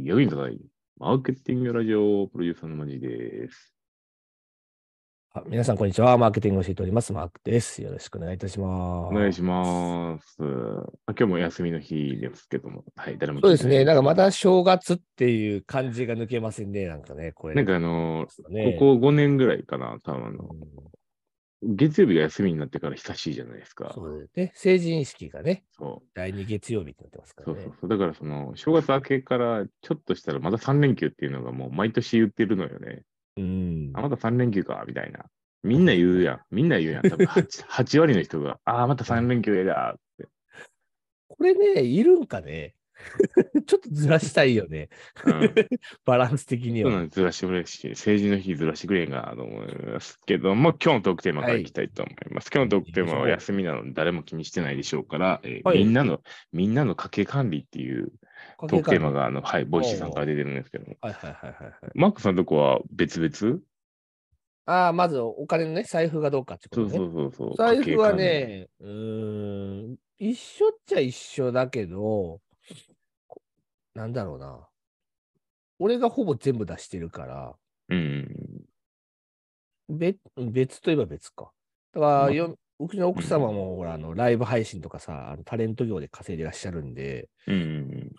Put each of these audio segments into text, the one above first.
よいんだい。マーケティングラジオプロデューサーのマジです。 皆さん、こんにちは。マーケティングを教えております。マークです。よろしくお願いいたしお願いします。 ます。今日も休みの日ですけども、はい、誰も聞いてそうですね。 ないですが。 なんかまた正月っていう感じが抜けませんね。なんかね、これなんで。 かこね。 こ5年ぐらいかな、多分うん、 月曜日が休みになってから久しいじゃないですか。 そうですね。成人式がね、 そう。 第2月曜日になってますからね。 そうそうそう。だから正月明けからちょっとしたらまた3連休っていうのがもう毎年言ってるのよね。 うん。 あ、また3連休か、みたいな。みんな言うやん。みんな言うやん。多分8割の人が、ああ、また3連休やだって。 これね、いるんかね。ちょっとずらしたいよね。 うん。 バランス的には。 そうなんです。ずらしてくれし、成人の日ずらしてくれんかなと思いますけども、今日のトークテーマからいきはい。 たいと思います。今日のトークテーマは行きましょ休みなので誰も気にしてないでしょうから、 う。はい。 みんなの家計管理っていうトー家計管理。 クテーマが、はい、ボイシーさんおー、 から出てるんですけども、 はいはいはいはいはい。 マックさんのとこは別々？ ああ、まずお金のね、財布がどうかってことね。 そうそうそうそう、家財布は計管理。 ね、一緒っちゃ一緒だけど、なんだろうな。俺がほぼ全部出してるから、 うん。 別といえば別か。だからまあ、 うちの奥様うん。 もほらライブ配信とかさ、タレント業で稼いでらっしゃるんで、 うん。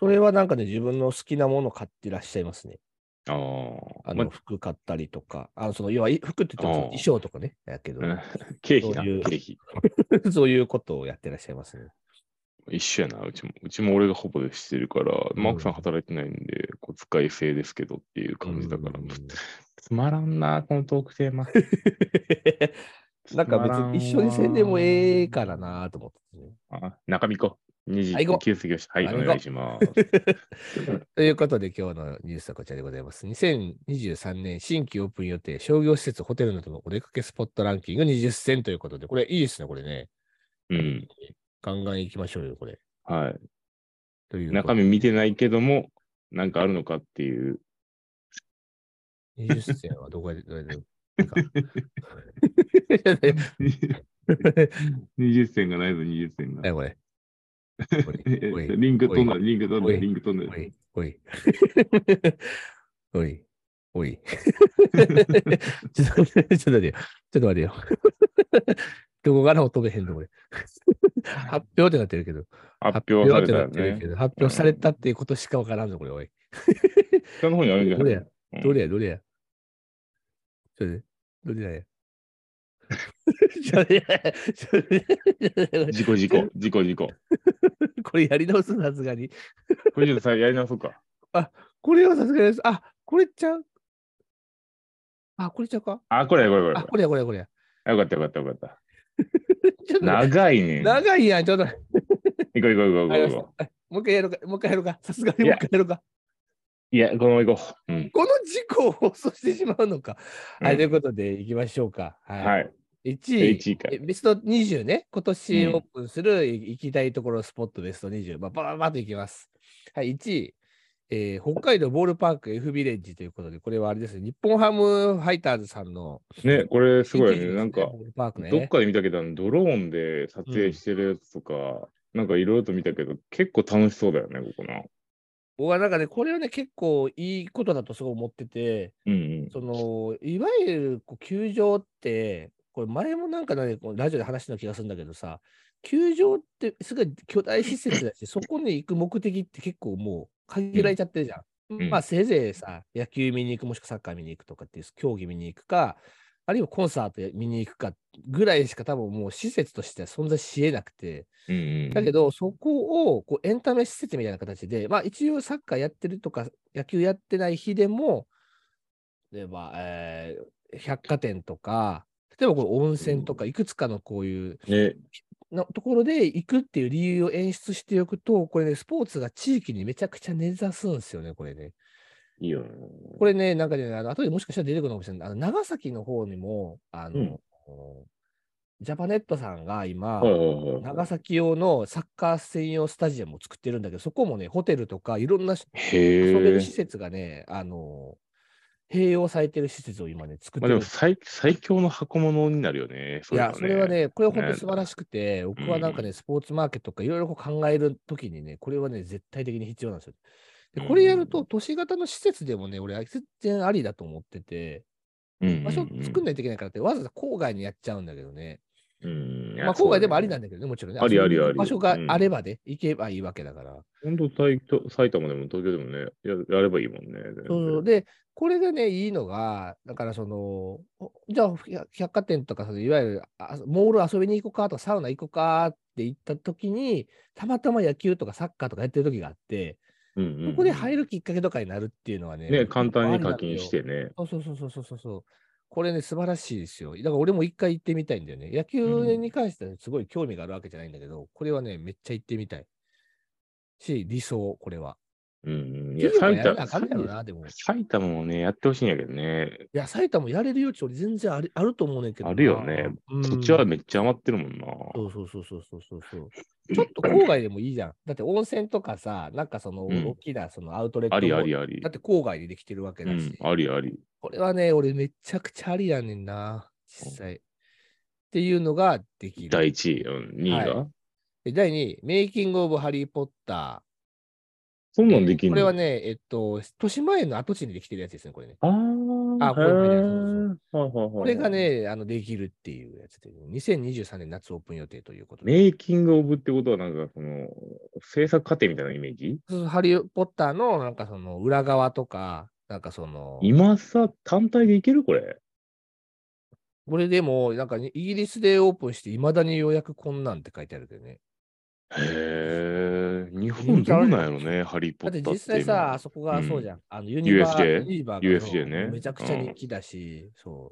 それはなんかね、自分の好きなものを買ってらっしゃいますね。 ああ、ま服買ったりとか、要は服って言ってもその衣あ、 装とかね、やけど、 うん。経費な、 そういう経費。 そういうことをやってらっしゃいますね。 一緒やな、うちも。うちも俺がほぼでしてるから、マークさんうん。 働いてないんで、小遣い制ですけどっていうう感じだから、 ん。 つまらんな、このトークテーマ。つなんか別に一まらん緒にせんでもええわ。 からなと思ってね。 あ、中身子。 はい、行こ休席をし、はう。 い、お中身行こ願いします。 う。ということで今日のニュースはこちらでございます。2023年新規オープン予定、商業施設、ホテルなどのお出かけスポットランキング20選ということで、これいいですね、これね。 うん。 ガンガン行きましょうよ、これ。 はい。 というこ中身見とで。 てないけども、なんかあるのかっていう。 20選はどこで、いいか。 20銭がないぞ、20銭が。 これ。おい、おい、 リンクおい、 飛んだ、リンク飛んだ、 おい、 リンク飛んだ。 おい、おい、おい、おい。ちょっと待ってよ。ちょっと待ってよ。どこからも飛べへんの、これ。発表ってなってるけど。 発発表され表ってなたよね。 ってるけど、発うん。 表されたっていうことしかわからんの、これ、おい。 下の方にあるんじゃないの？ どれやうん。 どれやどれやそれで、どれだよ。ちょ事故。 これやり直すのさすがに。 これちょっとさ、やり直そうか。 あ、これはさすがです。あ、これちゃう。あ、これちゃうか。 あ、これや、これ、これ、 あ、 これ。 これや、これや、これや。 よかった、よかった、よかった。 ちょっとね、 長いねん。 長いやん、ちょっと。 行こう、行こう、行こう、 ありました。 行こう。 はい、もう一回やろうか。もう一回やろうか。さすがにもう一いや、 回やろうか。 いや、このまま行こう。うん。 この事故を放送してしまうのか。はい、といううん。 ことで、行きましょうか。はい。 はい。 1位、 1位から。 ベスト20ね。今年オーうん。 プンする行きたいところスポットベスト20。まあ、バババッといきます。はい、1位、北海道ボールパーク F ビレッジということで、これはあれですね。日本ハムファイターズさんのね、これす新ごいよね。 球場ですね。ボールパークね。 どっかで見たけど、ドローンで撮うん。 影してるやつとか、なんかいろいろと見たけど、結構楽しそうだよね、ここな。 僕はなんかね、これはね、結構いいことだとすごい思ってて、 うんいわゆる球場って、これ前もなんかね、こうラジオで話したような気がするんだけどさ、球場ってすごい巨大施設だし、そこに行く目的って結構もううん。 限られちゃってるじゃん。まあ、 うん。 せいぜいさ、野球見に行く、もしくはサッカー見に行くとかっていう競技見に行くか、あるいはコンサート見に行くかぐらいしか多分もう施設としては存在し得なくて、 うん。 だけど、そこをエンタメ施設みたいな形で、まあ一応サッカーやってるとか、野球やってない日でも、例えば、百貨店とか、例えばこれ温泉とか、いくつかのこういうね、 のところで行くっていう理由を演出しておくと、これね、スポーツが地域にめちゃくちゃ根ざすんですよね、これね。 いいよね。 これね、なんかね、後でもしかしたら出てくるかもしれない。長崎の方にも、 うん。 ジャパネットさんがはい今、 はいはいはい。 長崎用のサッカー専用スタジアムを作ってるんだけど、そこもね、ホテルとかいろんな遊べへえ。 る施設がね、併用されてる施設を今ね、作っまあでもてる。 最強の箱物になるよね。そういういや、 のね。 それはね、これ本当ね。 素晴らしくて、 う僕はなんかね、 ん。 スポーツマーケットとかいろいろ考えるときにね、これはね、絶対的に必要なんですよ。 で、これやると、都市型の施設でもね、俺、全然ありだと思ってて、場所作んないといけないからって、わざわざ郊外にやっちゃうんだけどね。まあ、郊外でもありなんだけどね、もちろんね。 ありありあり。 場所があればね、行けばいいわけだから。 本当、埼玉でも東京でもね、やればいいもんね。 そうで、これがね、いいのが、だからじゃあ、百貨店とか、いわゆるモール遊びに行こうかとか、サウナ行こうかって言った時に、たまたま野球とかサッカーとかやってる時があって、そこで入るきっかけとかになるっていうのはね、 ね、簡単に課金してね。 そう。これね、素晴らしいですよ。だから俺も一回行ってみたいんだよね。野球に関してはすごい興味があるわけじゃないんだけど、これはね、めっちゃ行ってみたい。理想、これは。 いや、 やらなあかんだよな、でも。 埼玉もね、やってほしいんやけどね。 いや、埼玉やれる余地、俺全然あると思うねんけどな。 あるよね。そっちはめっちゃ余ってるもんな。 そう。ちょっと郊外でもいいじゃん。だって温泉とかさ、なんか大きなアウトレットもあり。 だって郊外でできてるわけだし。 あり。 これはね、俺めちゃくちゃありやねんな、実際。っていうのができる。 第1位、2位が、 第2位、メイキング・オブ・ハリー・ポッター。 そんなんできんの？ これはね、豊島園の跡地にできてるやつですね、これね。 ここれ書いてある。これがね、 ね、できるっていうやつで、2023年夏オープン予定ということで。 メイキングオブってことは、なんか、制作過程みたいなイメージ？ ハリー・ポッターの、なんか裏側とか、なんか今さ、単体でいけるこれ？ これでも、なんかイギリスでオープンして、いまだに予約こんなんって書いてあるけどね。 へえ、日本どうなんやろね、ハリー・ポッターって。 だって実際さ、あそこがそうじゃん。ユニバー USJ がね。 めちゃくちゃ人気だし、そう。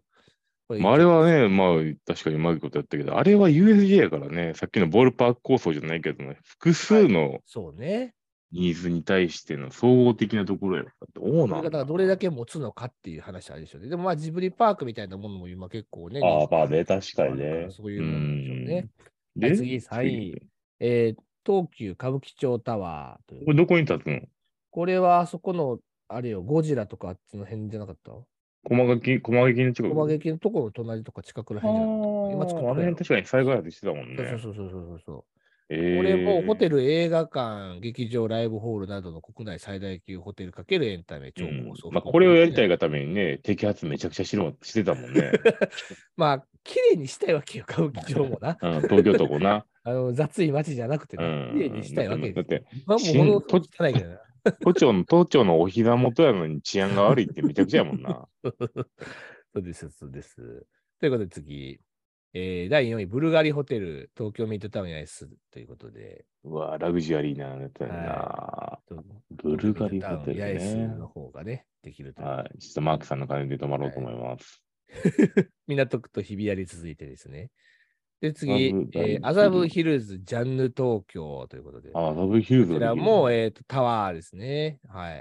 あれはね、まあ、確かにうまいことやったけど、あれは USJ やからね、さっきのボールパーク構想じゃないけどね、複数のそうね。 ニーズに対しての総合的なところやから、どうなんだ。 どれだけ持つのかっていう話あるでしょうね。でもまあジブリパークみたいなものも今結構ね、 まあね、確かにね。 そういうもんでしょうね。 で、 次3位。東急歌舞伎町タワーという。 これどこに立つの？ これはあそこの、あれよ、ゴジラとかあっちの辺じゃなかった？ 駒垣の近く？ 駒劇のところの隣とか近くら辺じゃなかった？今作ってる。 あの辺確かに再開発してたもんね。 そう。これもホテル、映画館、劇場、ライブホールなどの国内最大級ホテルかけるエンタメ超高層。 まあ、これをやりたいがためにね、摘発めちゃくちゃしてたもんね。 まあ、綺麗にしたいわけよ、歌舞伎町もな。 東京都こな。 雑い街じゃなくてね、綺麗にしたいわけだって、 今も物汚いけどな。 都庁のお膝元やのに治安が悪いってめちゃくちゃやもんな。 そうです。ということで次、第4位、ブルガリホテル、東京ミッドタウン八重洲ということで。 うわ、ラグジュアリーなやつやな。ブルガリホテルね。 八重洲の方がね、できるという。 はい。ちょっとマークさんの金で泊まろうと思います。 港区と日比谷に続いてですね。で、次、麻布ヒルズジャンヌ東京ということで。 麻布ヒルズこちらも、タワーですね。はい。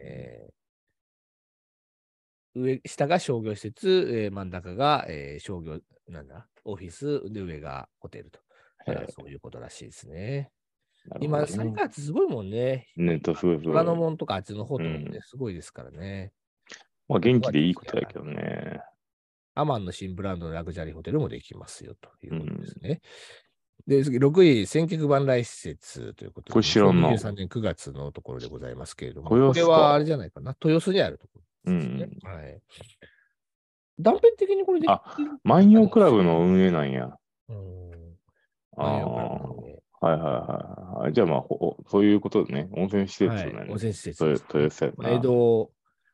下が商業施設、真ん中が、商業、オフィス、で、上がホテルと。そういうことらしいですね。今、再開発すごいもんね。 すごい。 虎ノ門とかあっちの方とかもね、すごいですからね。 まあ、元気でいいことだけどね。 アマンの新ブランドのラグジュアリーホテルもできますよということですね。で、次、6位、千客万来施設ということで、 これ知らんな。 2023年9月のところでございますけれども、これはあれじゃないかな、豊洲にあるところですね。はい。断片的にこれで万葉クラブの運営なんや。 万葉クラブの運営。 はい。じゃあまあ、そういうことでね、温泉施設ね。 温泉施設。 豊洲やな。 江戸、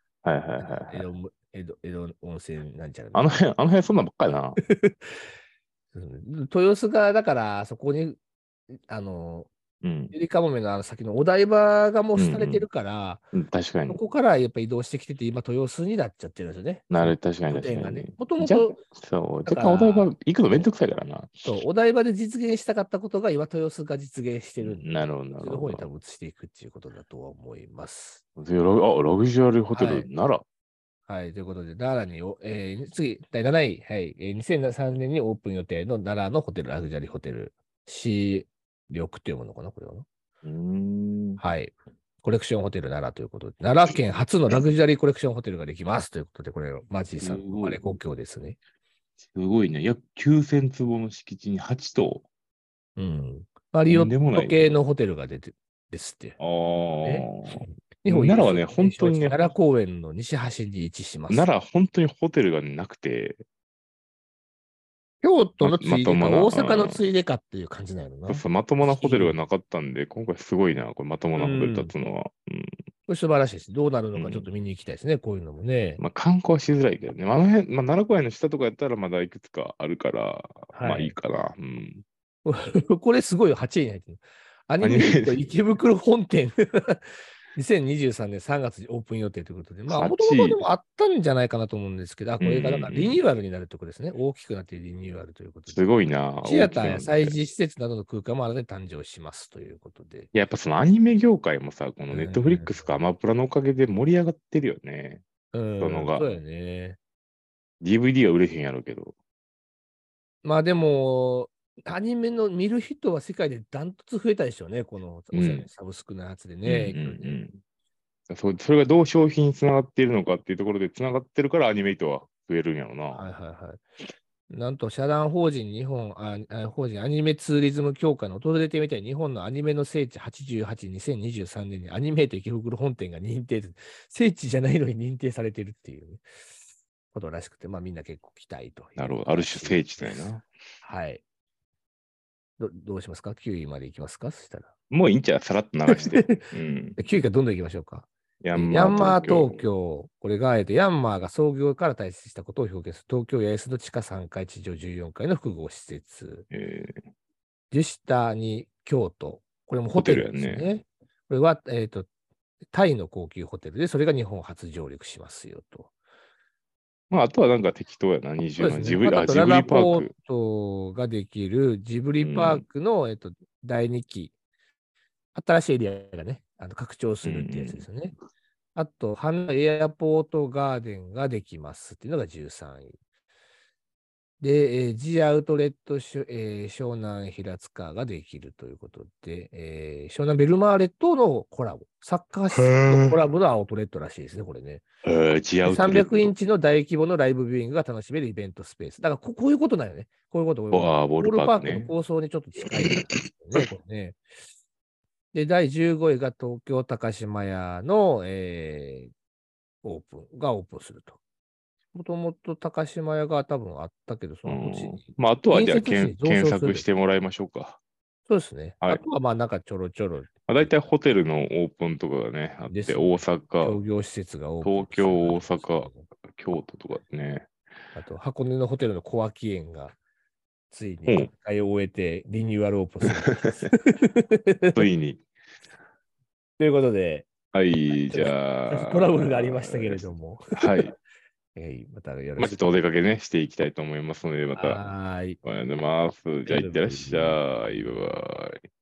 江戸温泉なんちゃら。 あの辺そんなんばっかりな。 豊洲が、だから、そこに、ゆりかもめの先のお台場がもう廃れてるから、 確かに。 そこからやっぱ移動してきてて、今、豊洲になっちゃってるんですよね。 確かに。 もともと、 若干お台場行くのめんどくさいからな。 そう、お台場で実現したかったことが、今、豊洲が実現してるんで、 なるほど。 その方に多分移していくっていうことだとは思います。 ラグジュアリーホテル、奈良。 はい、ということで、奈良に、次、第7位、はい、2003年にオープン予定の奈良のホテル、ラグジュアリーホテル、C 緑っていうものかな、これは。はい。コレクションホテル奈良ということで、奈良県初のラグジュアリーコレクションホテルができますということで、これ、マジさんの生まれ故郷ですね。 すごいね。約9000坪の敷地に8棟。 リオット系のホテルが出てですって。 日本有数の奈良はね、本当にね、 奈良公園の西端に位置します。 奈良は本当にホテルがなくて、 京都のついでか、 まともな、 大阪のついでかっていう感じなのな。 そうそう、まともなホテルがなかったんで、今回すごいな、これまともなホテル立つのは。 これ素晴らしいです。どうなるのうん。 かちょっと見に行きたいですね、こういうのもね。 まあ、観光はしづらいけどね。あの辺、まあ、奈良公園の下とかやったらまだいくつかあるから、まあいいはい。 かな。うん。 これすごいよ、8位に入ってる。アニアニメメイトで池袋本店2023年3月にオープン予定ということで、まあ、もともとで 8位。 もあったんじゃないかなと思うんですけど、 うんうんこれがだからリニうん。 ューアルになるところですね。大きくなってリニューアルということすで。 ごいな、 シアタ大きくーや催なって。 事施設などの空間も新たに誕生しますということで。 やっぱそのアニメ業界もさ、このうネットフリックスかアマプラのおかげで盛り上がってるよね。 ん、 そのが。 そうやね。 DVD は売れへんやろうけど。 まあでも、アニメの見る人は世界でダントツ増えたでしょうね。このお世話のうん。 サブスクのやつでうんうんね。 それがどう商品につながっているのかっていうところでつながってるからアニメイトは増えるんやろな。 はいはいはい。なんと、社団法人日本法人アニメツーリズム協会の訪れてみたい日本のアニメの聖地88、2023年にアニメイト池袋本店が認定、聖地じゃないのに認定されてるっていう、ね、ことらしくて、まあみんな結構期待というなるほど。ある種聖地だよな。 はい。どうしますか？ 9 位までいきますか？そしたら。 もういいんちゃう、さらっと流して。うん。 9位からどんどんいきましょうか。 ヤンマーヤンマー東京。 東京。これが、ヤンマーが創業から退出したことを表現する東京八重洲の地下3階、地上14階の複合施設。で下に京都。これもホテルですホテルやね。これは、タイの高級ホテルで、それが日本初上陸しますよと。 まあ、あとはなんか適当やな、20のそうですね。あと、ラジブリラポーパーク。 トができるジブリパーうん。 クの、第2期。新しいエリアがね、拡張すうんうるってやつですん。 よね。あと、エアポートガーデンができますっていうのが13位。で、G アウトレット湘南平塚ができるということで、湘南ベルマーレとのコラボ。サッカー施へ設とコラえ。 ボのアウトレットらしいですね、これね。 ジアで、 ウトレッ 300イント。 チの大規模のライブビューイングが楽しめるイベントスペース。だからこういうことなんよね。こういうこと、こういうこと。 ボールボールパークのパークね。 構想にちょっと近いね、これね。で、第15位が東京高島屋の、オープンすると。もともと高島屋が多分あったけど、そうの土地ん。 に、 まあ、あとはじゃあ隣接地に増検床する索してもらいましょうか。 そうですね。 はい。 あとはまあなんかちょろちょろまあ、大体ホテルのオープンとかがね、あって、 ですね。 大阪、 商業施設がオープン東京、 する大阪、京都とかね。 あと、箱根のホテルの小涌園がついにうん。 1回を終えてリニューアルオープンする。 ついに。 ということで、 はい、じちょっとトゃあ、 ラブルがありましたけれども、 はい。 またよろまあ、ちょしく。 っとお出かけね、していきたいと思いますので、またはーい。 おはようございます。じゃあ、いってらっしバイバイ。 ゃい。バイバイ。